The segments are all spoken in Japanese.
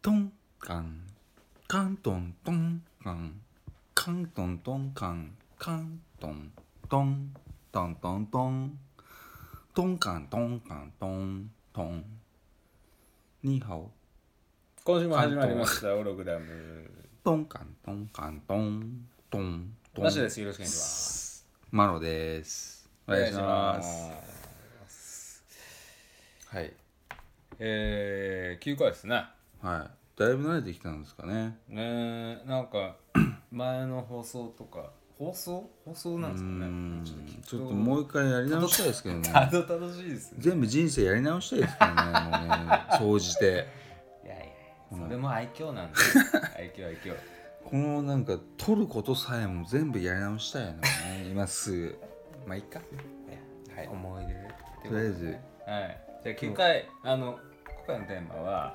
トンカンカントントンカンカントントンカンカントントントントントントンカントンカントントンニーハオ今週も始まりましたオログラムトンカントンカントントントンマシです。よろしくお願いします。 マロですお願いしますはい、 9回ですね。 はいだいぶ慣れてきたんですかね。 なんか前の放送とか放送なんですかね。 ちょっともう一回やり直したいですけどね。 楽しいですね。 全部人生やり直したいですからね。もうね総じて。 いやそれも愛嬌なんで愛嬌このなんか撮ることさえも全部やり直したいのね今すぐ。まあいいか。 はい、思い出とりあえずはいじゃあ9回今回のテーマは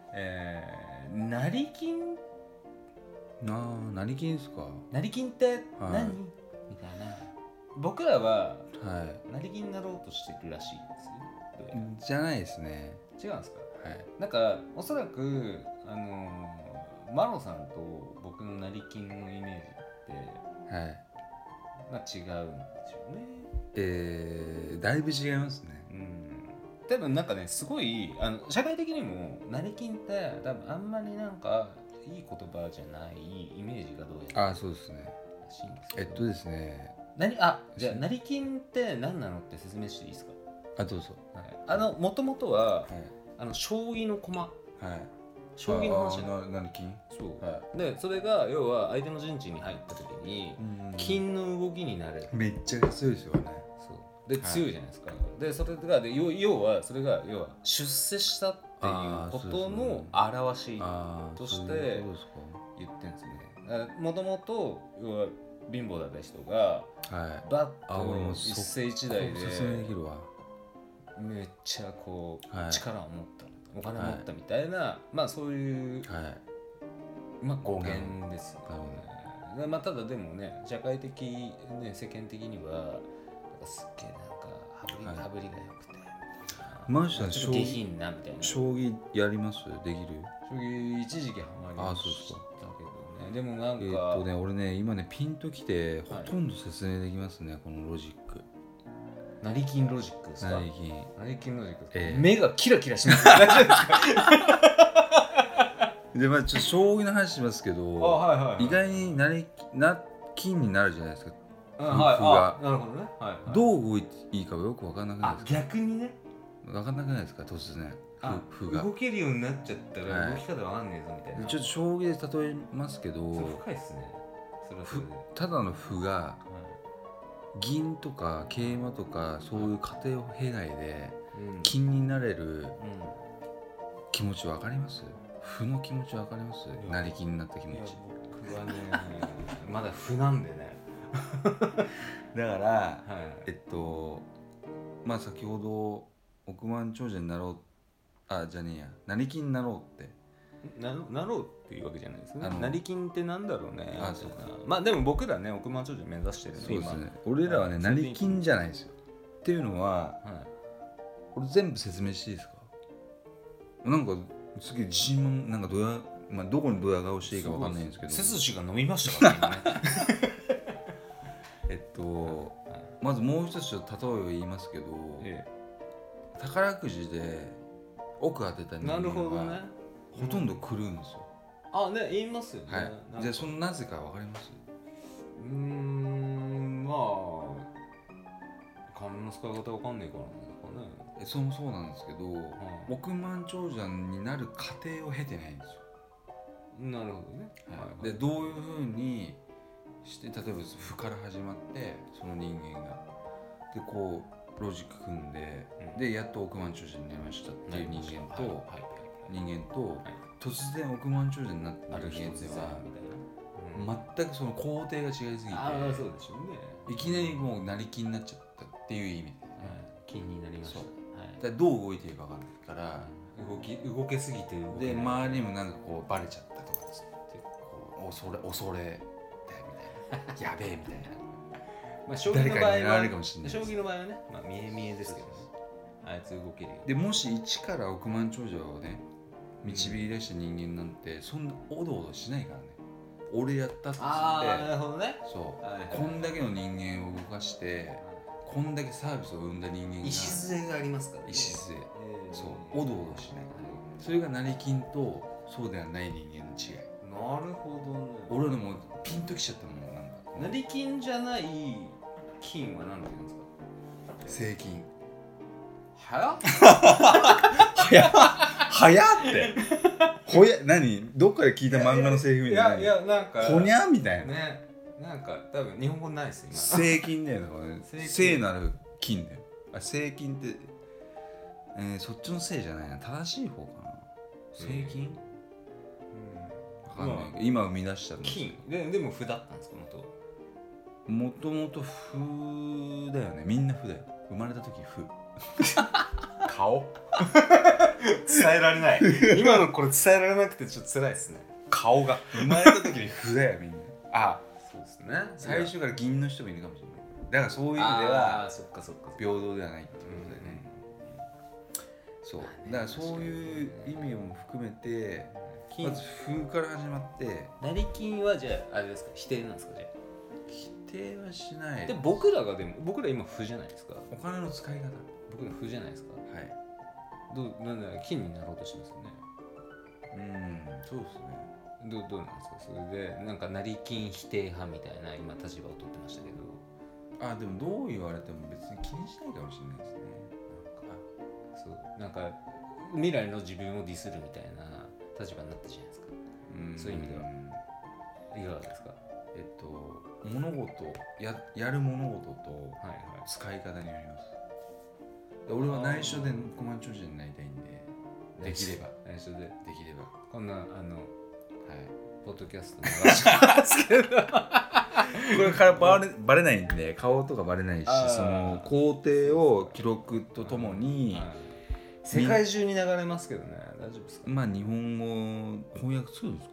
成金成金ですか。 成金って何、 はいみたいな。僕らははい成金になろうとしてるらしいんですよ。 じゃないですね。 違うんですか。 はいなんかおそらくマロさんと僕の成金のイメージってはい違うんですよね。 だいぶ違いますね。 多分なんかねすごい社会的にも成金って多分あんまりなんかいい言葉じゃないイメージがどうやらそうですね。 らしいんですけどですね。 じゃあ成金って何なのって説明していいですか。 どうぞ。 もともとははい将棋の駒はい将棋の話成金。 そう、 はでそれが要は相手の陣地に入った時に金の動きになる。 めっちゃ強いですよね。 そうで強いじゃないですか。でそれが要は出世したっていうことの表しとして言ってるんですね。もともと要は貧乏だった人がバッと一世一代でめっちゃこう力を持ったお金を持ったみたいなそういう語源ですよね。ただでもね社会的ね世間的にはすっげえなんか羽振りが良くてマジでちょっと下品なみたいな。 将棋やります？できる？ 将棋一時期ハマりましたけどね。でもなんか俺ね今ねピンときてほとんど説明できますね、このロジック。 成金ロジックですか。 成金ロジック、目がキラキラしますね。 でちょっと将棋の話しますけど、意外に金になるじゃないですか。歩がなるほどね。 どう動いていいかよく分かんなくないですか。 逆にね分かんなくないですか。突然歩が動けるようになっちゃったら動き方分かんねえぞみたいな。 ちょっと将棋で例えますけど、 深いっすね。 ただの歩が銀とか桂馬とかそういう過程を経ないで金になれる気持ち分かります？歩の気持ち分かります？成金になった気持ち。 僕はねまだ歩なんでね。 だから、先ほど億万長者になろうじゃねえや成金になろうってなろうっていうわけじゃないですね。成金ってなんだろうね。 そうか。 でも僕らね億万長者目指してるんで。 そうですね。俺らはね成金じゃないですよ。っていうのは、俺全部説明していいですか。なんかすげえ自信もなんかどこにドヤ顔していいかわかんないんですけど、 背筋が伸びましたからね。 まずもう一つ例えを言いますけど、宝くじで億当てた人間はほとんど狂うんですよ。 言いますよね。 じゃあそのなぜかわかります？ 金の使い方わかんないからなんですかね。 そうなんですけど、億万長者になる過程を経てないんですよ。 なるほどね。 でどういうふうにして例えば歩から始まってその人間がでこうロジック組んで、でやっと億万長者になりましたっていう人間と、突然億万長者になった人間では全くその工程が違いすぎて、 そうでしょうね。 いきなりもう成金になっちゃったっていう意味で、 金になりました。 だどう動いていいか分かんないから動けすぎてで周りにもなんかこうバレちゃったとかっつってこう恐れでみたいなやべえみたいな将棋の場合は誰かに狙われるかもしれない。 将棋の場合はね見え見えですけどね。あいつ動けるよ。 でもし1から億万長者をね導き出した人間なんてそんなおどおどしないからね。俺やったっつってなるほどね。 そう、 はいはい、 こんだけの人間を動かしてこんだけサービスを生んだ人間が礎がありますからね。 礎、そうおどおどしない、それが成金とそうではない人間の違い。 なるほどね。 俺でもピンときちゃったもん。なんか成金じゃない金は何て言うんですか？ 正金。はやってほや何どっかで聞いた漫画のセリフみたいな。 いやなんかほにゃみたいなね、なんか多分日本語ないです今。 正金だよね。聖なる金だよ。あ、正金って、そっちのせいじゃないな。正しい方かな。正金、わかんないけど、今生み出したの金でも歩だったんですか？ もともと歩だよね。みんな歩だよ。生まれた時歩顔伝えられない。今のこれ伝えられなくてちょっと辛いですね。顔が生まれた時に歩だよみんな。 あ、そうですね。 最初から銀の人もいるかもしれない。だからそういう意味では平等ではないっていうことでね、そうだからそういう意味も含めてまず風から始まって。 成金はじゃああれですか、否定なんですか？じゃあ否定はしないで、僕ら今歩じゃないですか。 お金の使い方、 僕ら歩じゃないですか。 はい。 なんだ金になろうとしてますよね。 そうですね。 どうなんですか？それでなんか成金否定派みたいな今立場を取ってましたけど。 あ、でもどう言われても別に気にしないかもしれないですね。 なんか未来の自分をディスるみたいな立場になったじゃないですか。そういう意味ではいかがですか？ 物事やる物事と使い方によります。俺は内緒で億万長者になりたいんで、できれば内緒でできればこんなポッドキャスト流しますけどこれからバレないんで、顔とかバレないし、その工程を記録とともに世界中に流れますけどね。大丈夫ですか？ まあ日本語翻訳するんですか？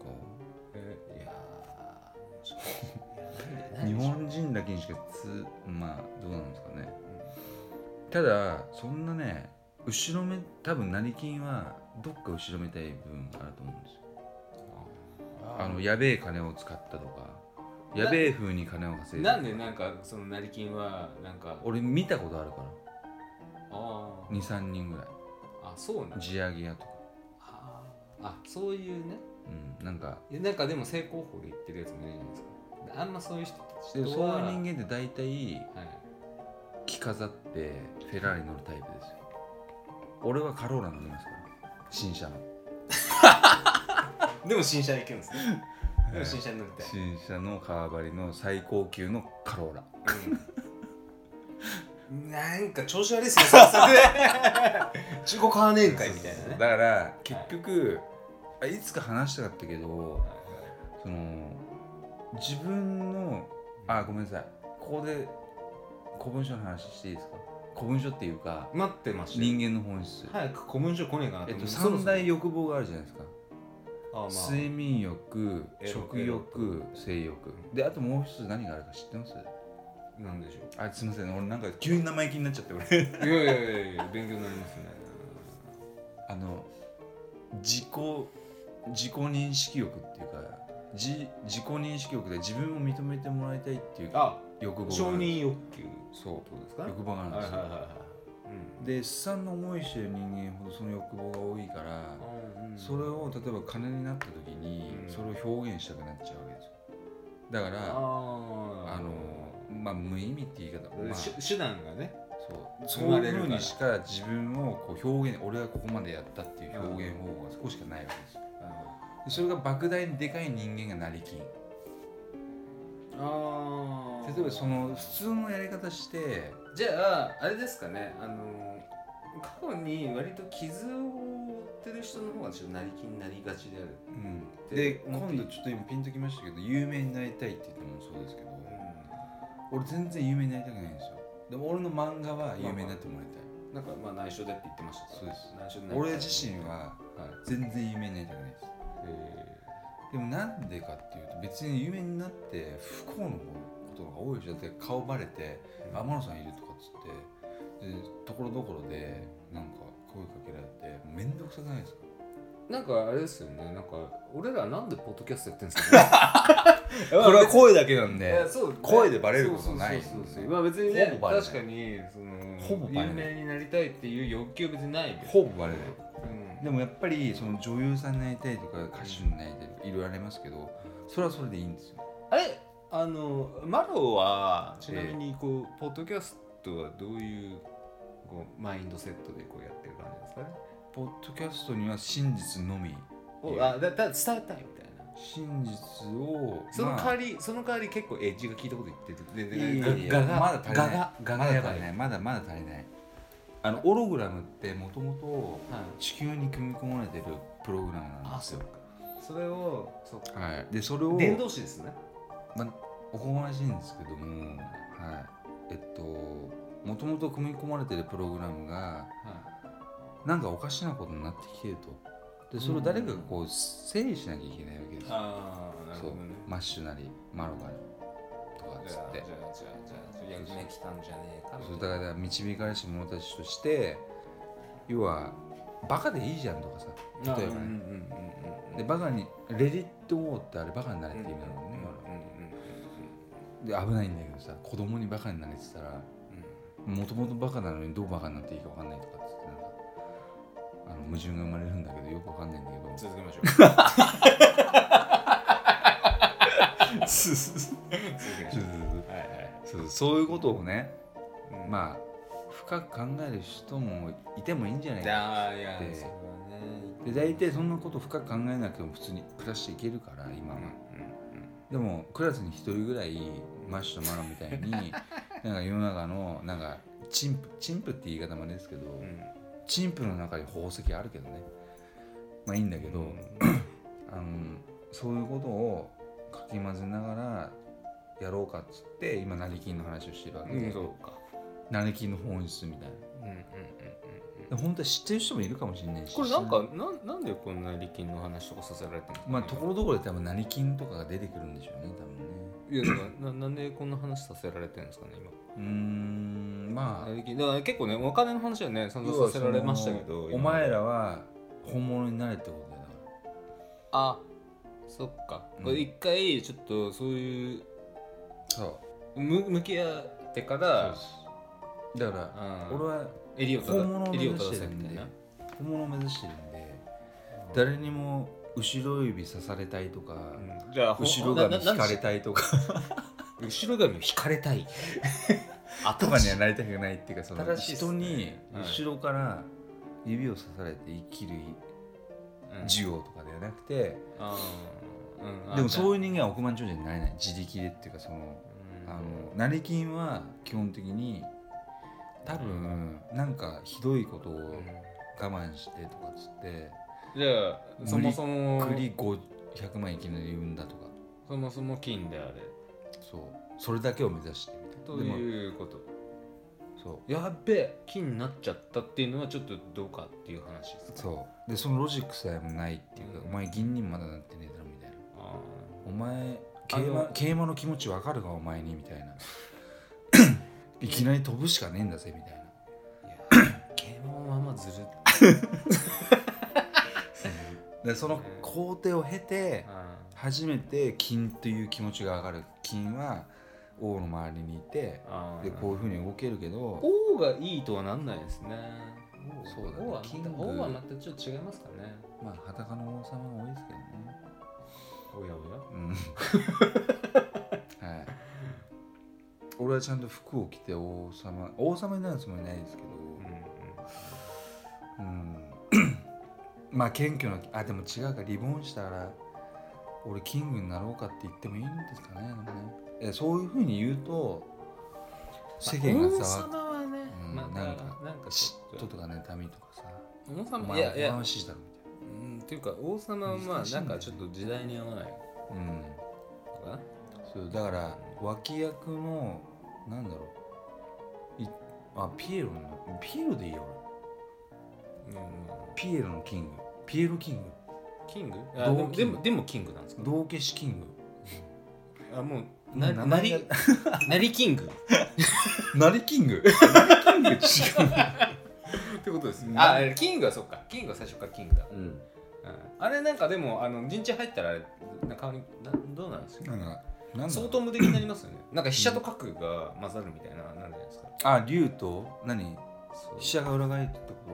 日本人だけにしかまあどうなんですかね。ただそんなね、後ろめ多分成金はどっか後ろめたい部分があると思うんですよ。やべえ金を使ったとか、やべえ風に金を稼いだ。 なんでなんかその成金はなんか俺見たことあるから。2、3人ぐらい。 そうなん地上げ屋とか。 そういうね。 なんかでも成功法で言ってるやつもいるじゃないですか。あんまそういう人たちとは。 そういう人間って大体着飾ってフェラーリ乗るタイプですよ。俺はカローラ乗りますから、新車の。 でも新車行けるんですね。でも新車に乗りたい。 新車の革張りの最高級のカローラ。 なんか調子悪いですね、早速で。中古カー年会みたいなね。 だから結局、いつか話したかったけど、その自分のごめんなさい、ここで古文書の話していいですか？古文書っていうか待ってました。 人間の本質。 早く古文書来ねえかなと思って。 三大欲望があるじゃないですか。 まあ、 睡眠欲、食欲、性欲で、あともう一つ何があるか知ってます？ なんでしょう。すいません、俺なんか急に生意気になっちゃって。俺いや勉強になりますね。 自己認識欲っていうか、自己認識欲で自分を認めてもらいたいっていう欲望がある。 承認欲求。 そうですか？ 欲望があるんですよ。で、すさんの思いしてる人間ほどその欲望が多いから、それを例えば金になった時にそれを表現したくなっちゃうわけですよ。だからまあ無意味って言い方、 手段がね、 そういう風にしか自分をこう表現、俺はここまでやったっていう表現方法がそこしかないわけですよ。それが莫大にでかい人間が成金。例えばその普通のやり方して、 じゃああれですかね、過去に割と傷を負ってる人の方がちょっと成金になりがちである。 で今度ちょっと今ピンときましたけど、有名になりたいって言ったのもそうですけど、俺全然有名になりたくないんですよ。でも俺の漫画は有名になってもらいたい。 なんか内緒でって言ってました。 そうです。俺自身は全然有名になりたくないです。でもなんでかっていうと、別に有名になって不幸のことが多いでしょ。だって顔バレて天野さんいるとかっつって、でところどころでなんか声かけられてめんどくさくないですか？ なんかあれですよね、なんか俺らなんでポッドキャストやってんですかねこれは声だけなんでそう、 声でバレることない。 まあ別にね、 ほぼバレない確かにそのほぼバレない有名になりたいっていう欲求は別にないけど、 ほぼバレない、でもやっぱりその女優さんになりたいとか歌手になりたいとかいろいろありますけど、それはそれでいいんですよ。 あれマロはちなみにこうポッドキャストはどういうこうマインドセットでこうやってる感じですかね。 ポッドキャストには真実のみ伝えたいみたいな。 真実をその代わり結構エッジが効いたこと言ってて、 まだ足りない。まだやばいね。まだ足りない。オログラムってもともと地球に組み込まれてるプログラムなんですよ。 それをはい。でそれを伝導詞ですね。 おこがましいんですけども、はい。もともと組み込まれてるプログラムがなんかおかしなことになってきてると。でそれを誰かがこう整理しなきゃいけないわけですよ。 ああ、なるほどね。 マッシュなりマロがとかっつって。 じゃあ役目来たんじゃねえか。 そうだから導かれし者たちとして要はバカでいいじゃんとかさ、例えばね。でバカにレディットウォーってあれバカになれって意味なのね。で危ないんだけどさ、子供にバカになれてたらもともとバカなのにどうバカになっていいか分かんないとかっつってなんか矛盾が生まれるんだけどよく分かんないんだけど、 続けましょうそういうことをね、まあ深く考える人もいてもいいんじゃないかって。で大体そんなこと深く考えなくても普通に暮らしていけるから今は。でもクラスに一人ぐらいマッシュとマロみたいになんか世の中のなんかチンプって言い方もですけど、チンプの中に宝石あるけどね、まあいいんだけど、そういうことをかき混ぜながらやろうかっつって今成金の話をしてるわけで、成金の本質みたいな、本当は知ってる人もいるかもしれないし、 これなんでこんな成金の話とかさせられてるんですか、 まあところどころで多分成金とかが出てくるんでしょうね、多分ね。 いやだからなんでこんな話させられてるんですかね今。 まあだから結構ねお金の話はね散々させられましたけど、 お前らは本物になれってことだよ。 あ、そっか、これ一回ちょっとそういう向き合ってからだから俺は襟を本物を目指してるんで、本物を目指してるんで、誰にも後ろ指刺されたいとか、 じゃあ後ろ髪引かれたいとか後ろ髪を引かれたいとかにはなりたくないっていうか、その人に後ろから指を刺されて生きる授業とかではなくて、でもそういう人間は億万長者になれない、自力でっていうか、その成金は基本的に多分なんかひどいことを我慢してとかっつって、 じゃあそもそも無理くり500万いきなり言うんだとか、 そもそも金であれ、 それだけを目指してみたいな。 ということ。そうやっべ金になっちゃったっていうのはちょっとどうかっていう話ですか。 そうで、そのロジックさえもないっていうか、お前銀にもまだなってねえだろみたいな、お前桂馬の気持ちわかるかお前にみたいないきなり飛ぶしかねえんだぜみたいな。 いや桂馬のままずるっでその工程を経て初めて金という気持ちが上がる。金は王の周りにいて、でこういう風に動けるけど、 王がいいとはなんないですね。 そうだね、 王はまたちょっと違いますかね。 まあ裸の王様が多いですけどね。 おやはい。俺はちゃんと服を着て王様になるつもりないですけど、まあ謙虚な、でも違うか、リボンしたら俺キングになろうかって言ってもいいんですかね。でもね、そういう風に言うと世間がざわなんか嫉妬とか妬みとかさ、 王様いやお前しいだろみたいな。 っていうか王様はまあなんかちょっと時代に合わない。 そうだから脇役のなんだろう、ピエロでいいよ俺。ピエロのキング、ピエロキング。 キング？でもキングなんですか？ 道化師キング。 もうなりキング。 なりキング。なりキング違う。 ってことですね。キングはそっか。キングは最初からキングだ。 あれなんかでも陣地入ったらあれ顔にどうなんですか？ なん相当無敵になりますよね。なんか飛車と角が混ざるみたいな、なんじゃないですか。 あ、竜と何？飛車が裏返ってってこと？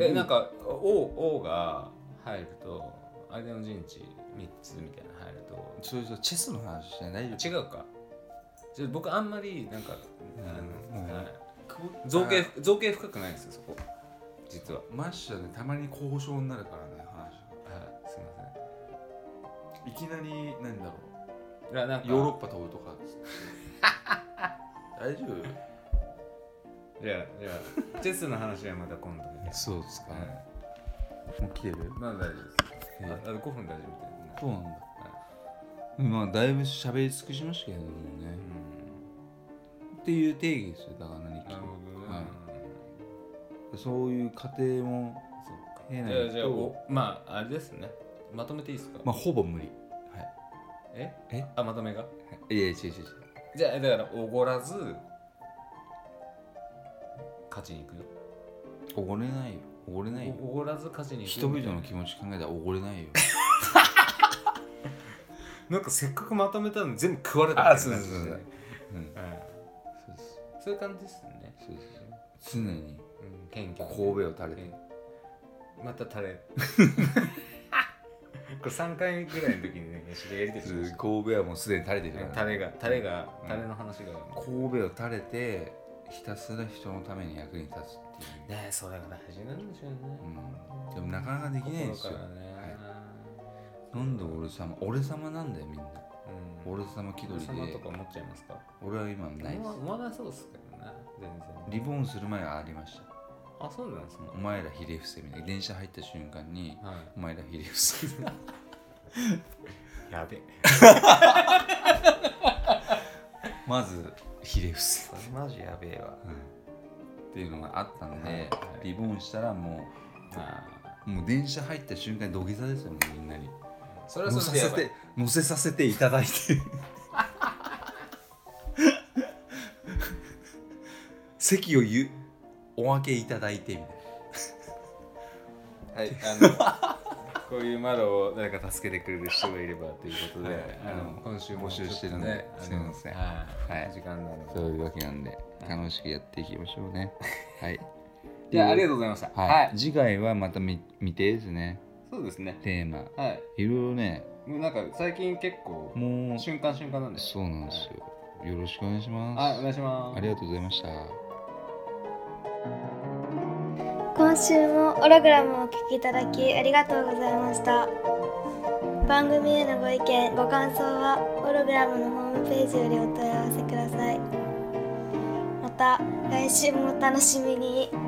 なんか王が入ると相手の陣地3つみたいな入ると、 それとチェスの話じゃないよ。 違うか。僕あんまりなんか造形深くないんですよそこ実は。 マッシュでたまに交渉になるからね話。 はい、すみません。 いきなりなんだろう。 なんかヨーロッパ飛ぶとか大丈夫？ じゃあチェスの話はまた今度みたいな。 そうですか。もう来てる？ まだ大丈夫です。5分大丈夫みたいな。 そうなんだ。まあだいぶ喋り尽くしましたけどもね。っていう定義ですよ。だから何か。そういう過程もじゃあまああれですね。まとめていいですか？ まあほぼ無理。 まとめが？ いや違う。 じゃあだからおごらず勝ちに行くよ。 おごれないよ。おごらず勝ちに行く。 人々の気持ち考えたらおごれないよ。 なんかせっかくまとめたのに全部食われたみたいな感じで。そういう感じですね。 そうです。常に謙虚。 神戸を垂れて。 また垂れ。これ3回ぐらいの時にね、知り合いで神戸はもうすでに垂れてるから。 垂れの話が。 神戸を垂れて、ひたすら人のために役に立つっていう。 ね、それが大事なんでしょうね。 でもなかなかできないですよ。なんで俺様なんだよみんな。俺様気取りで。 俺様とか思っちゃいますか？ 俺は今ないです。 まだそうですけどね、全然。 リボーンする前はありました。 あ、そうなんですね。 お前らひれ伏せみたいな。電車入った瞬間に、お前らひれ伏せ。 やべえ。 まずひれ伏せ。 マジやべえわ。 っていうのがあったんで、リボーンしたらもう電車入った瞬間に土下座ですよ、もうみんなに。 それはそれでやばい。 乗せさせていただいて席をお分けいただいてみたいな。はい、こういう窓を誰か助けてくれる人がいればということで、今週も募集してるんで、すみません。 はい、時間なので。 そういうわけなんで、楽しくやっていきましょうね。はい。 じゃあ、ありがとうございました。 はい。次回はまた未定ですね。 そうですね。 テーマ。 はい。 いろいろね。 もうなんか最近結構、もう瞬間なんで。 そうなんですよ。よろしくお願いします。 はい、お願いします。 ありがとうございました。 今週もオログラムをお聞きいただきありがとうございました。番組へのご意見ご感想はオログラムのホームページよりお問い合わせください。また来週もお楽しみに。